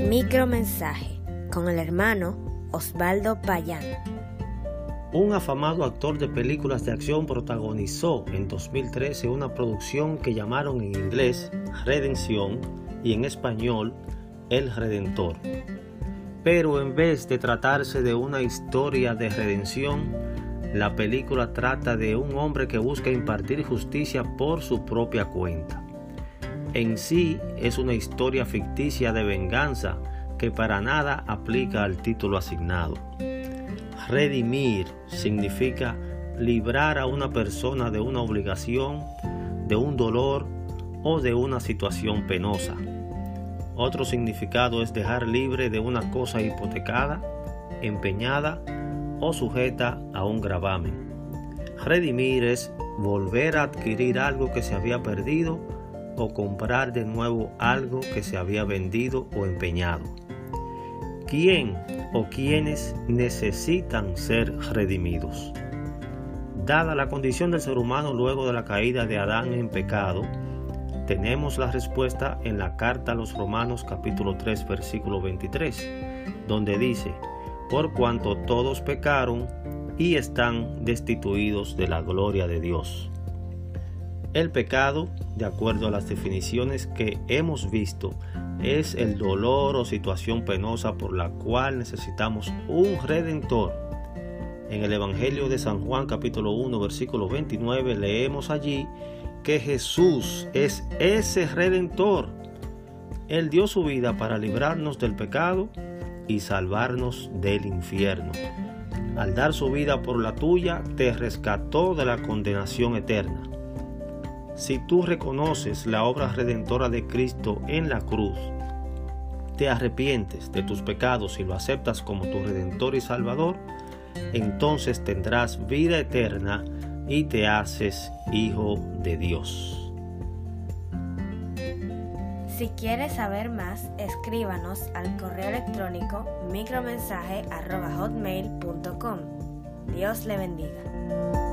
Micromensaje con el hermano Osvaldo Payán. Un afamado actor de películas de acción protagonizó en 2013 una producción que llamaron en inglés Redención y en español El Redentor. Pero en vez de tratarse de una historia de redención, la película trata de un hombre que busca impartir justicia por su propia cuenta. En sí es una historia ficticia de venganza que para nada aplica al título asignado. Redimir significa librar a una persona de una obligación, de un dolor o de una situación penosa. Otro significado es dejar libre de una cosa hipotecada, empeñada o sujeta a un gravamen. Redimir es volver a adquirir algo que se había perdido o comprar de nuevo algo que se había vendido o empeñado. ¿Quién o quiénes necesitan ser redimidos? Dada la condición del ser humano luego de la caída de Adán en pecado, tenemos la respuesta en la carta a los Romanos capítulo 3 versículo 23, donde dice: por cuanto todos pecaron y están destituidos de la gloria de Dios. El pecado, de acuerdo a las definiciones que hemos visto, es el dolor o situación penosa por la cual necesitamos un redentor. En el Evangelio de San Juan capítulo 1 versículo 29 leemos allí que Jesús es ese redentor. Él dio su vida para librarnos del pecado y salvarnos del infierno. Al dar su vida por la tuya, te rescató de la condenación eterna. Si tú reconoces la obra redentora de Cristo en la cruz, te arrepientes de tus pecados y lo aceptas como tu Redentor y Salvador, entonces tendrás vida eterna y te haces hijo de Dios. Si quieres saber más, escríbanos al correo electrónico micromensaje@hotmail.com. Dios le bendiga.